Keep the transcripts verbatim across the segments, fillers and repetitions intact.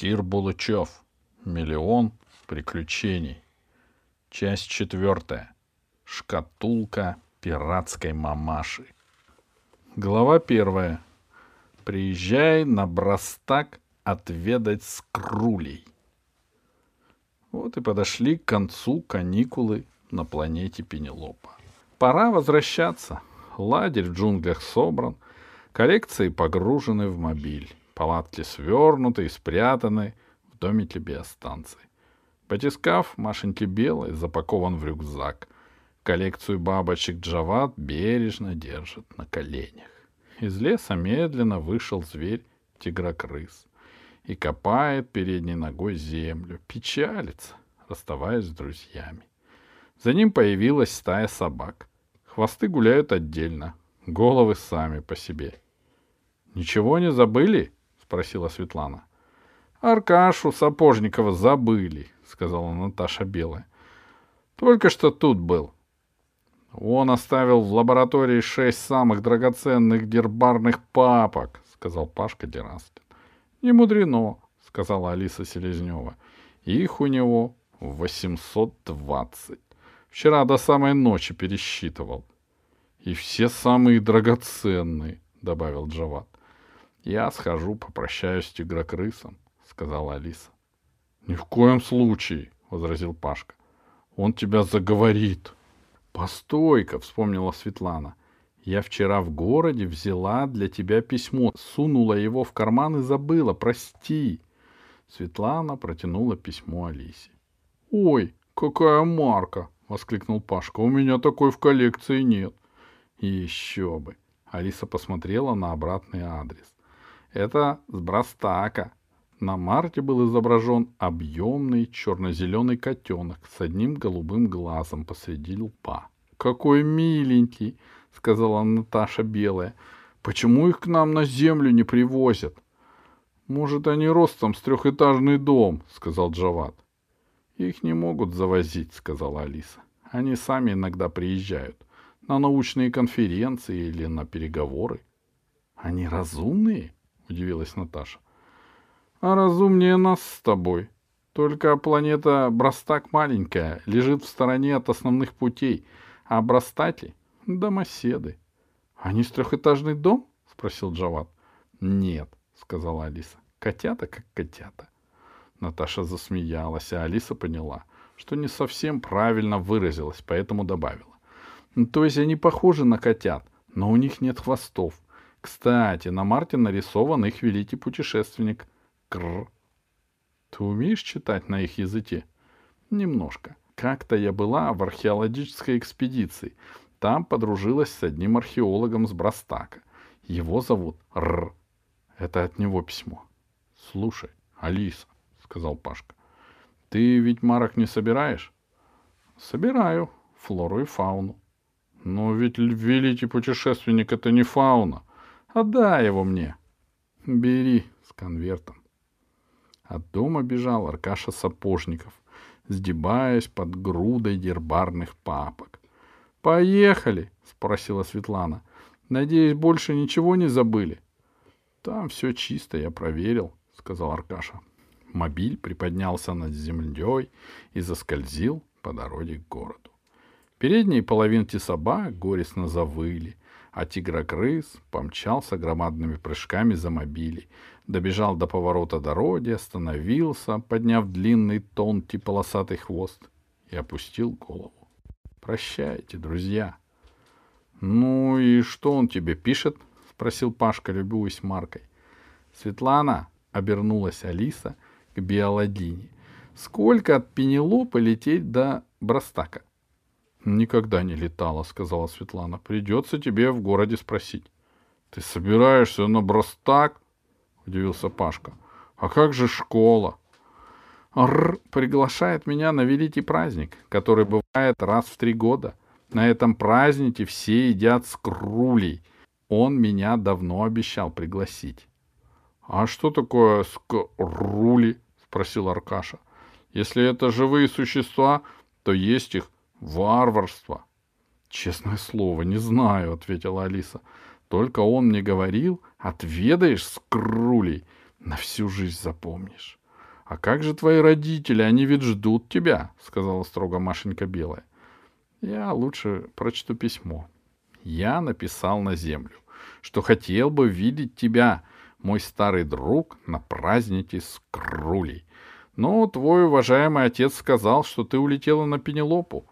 Кир Булычев. Миллион приключений. Часть четвертая. Шкатулка пиратской мамаши. Глава первая. Приезжай на Брастак отведать скрулей. Вот и подошли к концу каникулы на планете Пенелопа. Пора возвращаться. Лагерь в джунглях собран, коллекции погружены в мобиль, палатки свернуты и спрятаны в домике биостанции. Батискаф Машеньки Белой запакован в рюкзак. Коллекцию бабочек Джават бережно держит на коленях. Из леса медленно вышел зверь тигрокрыс и копает передней ногой землю, печалится, расставаясь с друзьями. За ним появилась стая собак. Хвосты гуляют отдельно, головы сами по себе. — Ничего не забыли? — спросила Светлана. — Аркашу Сапожникова забыли, — сказала Наташа Белая. — Только что тут был. — Он оставил в лаборатории шесть самых драгоценных гербарных папок, — сказал Пашка Дераскин. — Не мудрено, — сказала Алиса Селезнева. — Их у него восемьсот двадцать. Вчера до самой ночи пересчитывал. — И все самые драгоценные, — добавил Джават. — Я схожу, попрощаюсь с тигрокрысом, — сказала Алиса. — Ни в коем случае, — возразил Пашка. — Он тебя заговорит. — Постой-ка, — вспомнила Светлана. — Я вчера в городе взяла для тебя письмо, сунула его в карман и забыла. Прости. Светлана протянула письмо Алисе. — Ой, какая марка! — воскликнул Пашка. — У меня такой в коллекции нет. — Еще бы. Алиса посмотрела на обратный адрес. Это с Брастака. На марке был изображен объемный черно-зеленый котенок с одним голубым глазом посреди лба. — Какой миленький! — сказала Наташа Белая. — Почему их к нам на землю не привозят? — Может, они ростом с трехэтажный дом, — сказал Джават. — Их не могут завозить, — сказала Алиса. — Они сами иногда приезжают на научные конференции или на переговоры. — Они разумные? — удивилась Наташа. — А разумнее нас с тобой. Только планета Брастак маленькая, лежит в стороне от основных путей, а Брастаки — домоседы. — Они с трехэтажный дом? — спросил Джават. — Нет, — сказала Алиса. — Котята как котята. Наташа засмеялась, а Алиса поняла, что не совсем правильно выразилась, поэтому добавила. — То есть они похожи на котят, но у них нет хвостов. Кстати, на марке нарисован их великий путешественник. Кррр. Ты умеешь читать на их языке? Немножко. Как-то я была в археологической экспедиции. Там подружилась с одним археологом с Брастака. Его зовут Р. Это от него письмо. — Слушай, Алиса, — сказал Пашка, — ты ведь марок не собираешь? — Собираю. Флору и фауну. — Но ведь великий путешественник — это не фауна. Отдай его мне. — Бери с конвертом. От дома бежал Аркаша Сапожников, сгибаясь под грудой гербарных папок. — Поехали, — спросила Светлана. — Надеюсь, больше ничего не забыли? — Там все чисто, я проверил, — сказал Аркаша. Мобиль приподнялся над землей и заскользил по дороге к городу. Передние половинки собак горестно завыли, а тигрокрыс помчался громадными прыжками за мобилей, добежал до поворота дороги, остановился, подняв длинный тонкий полосатый хвост, и опустил голову. — Прощайте, друзья. — Ну и что он тебе пишет? — спросил Пашка, любуясь маркой. Светлана, — обернулась Алиса к Биологине, — сколько от Пенелопы лететь до Брастака? — Никогда не летала, — сказала Светлана. — Придется тебе в городе спросить. — Ты собираешься на Брастак? — удивился Пашка. — А как же школа? — Р приглашает меня на великий праздник, который бывает раз в три года. На этом празднике все едят скрулей. Он меня давно обещал пригласить. — А что такое скрули? — спросил Аркаша. — Если это живые существа, то есть их варварство. — Честное слово, не знаю, — ответила Алиса. — Только он мне говорил, отведаешь скрулей, на всю жизнь запомнишь. — А как же твои родители? Они ведь ждут тебя, — сказала строго Машенька Белая. — Я лучше прочту письмо. Я написал на землю, что хотел бы видеть тебя, мой старый друг, на празднике с Крулей. Но твой уважаемый отец сказал, что ты улетела на Пенелопу.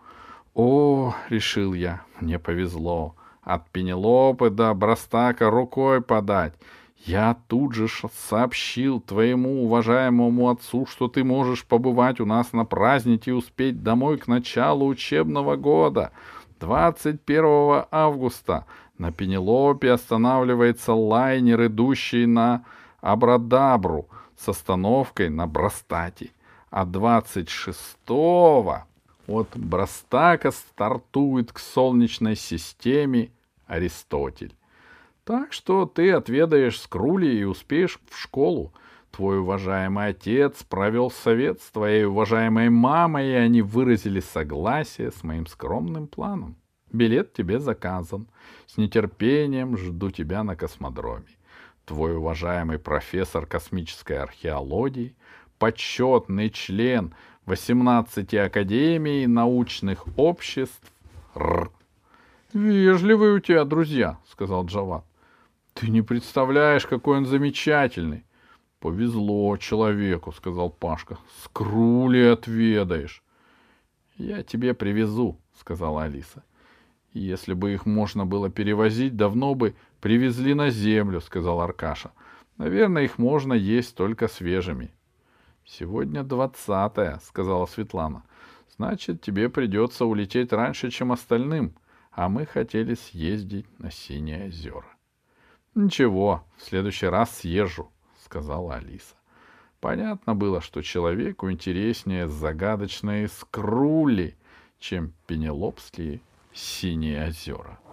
О, решил я, мне повезло. От Пенелопы до Брастака рукой подать. Я тут же сообщил твоему уважаемому отцу, что ты можешь побывать у нас на празднике и успеть домой к началу учебного года. двадцать первого августа на Пенелопе останавливается лайнер, идущий на Абрадабру с остановкой на Брастате. А двадцать шестого от Брастака стартует к Солнечной системе Аристотель. Так что ты отведаешь скрули и успеешь в школу. Твой уважаемый отец провел совет с твоей уважаемой мамой, и они выразили согласие с моим скромным планом. Билет тебе заказан. С нетерпением жду тебя на космодроме. Твой уважаемый профессор космической археологии, почетный член восемнадцати академий научных обществ. Р. — Вежливые у тебя друзья, — сказал Джавад. — Ты не представляешь, какой он замечательный. — Повезло человеку, — сказал Пашка. — Скрули отведаешь. — Я тебе привезу, — сказала Алиса. — Если бы их можно было перевозить, давно бы привезли на землю, — сказал Аркаша. — Наверное, их можно есть только свежими. — Сегодня двадцатое, — сказала Светлана. — Значит, тебе придется улететь раньше, чем остальным, а мы хотели съездить на Синие озера. — Ничего, в следующий раз съезжу, — сказала Алиса. Понятно было, что человеку интереснее загадочные скрули, чем пенелопские Синие озера.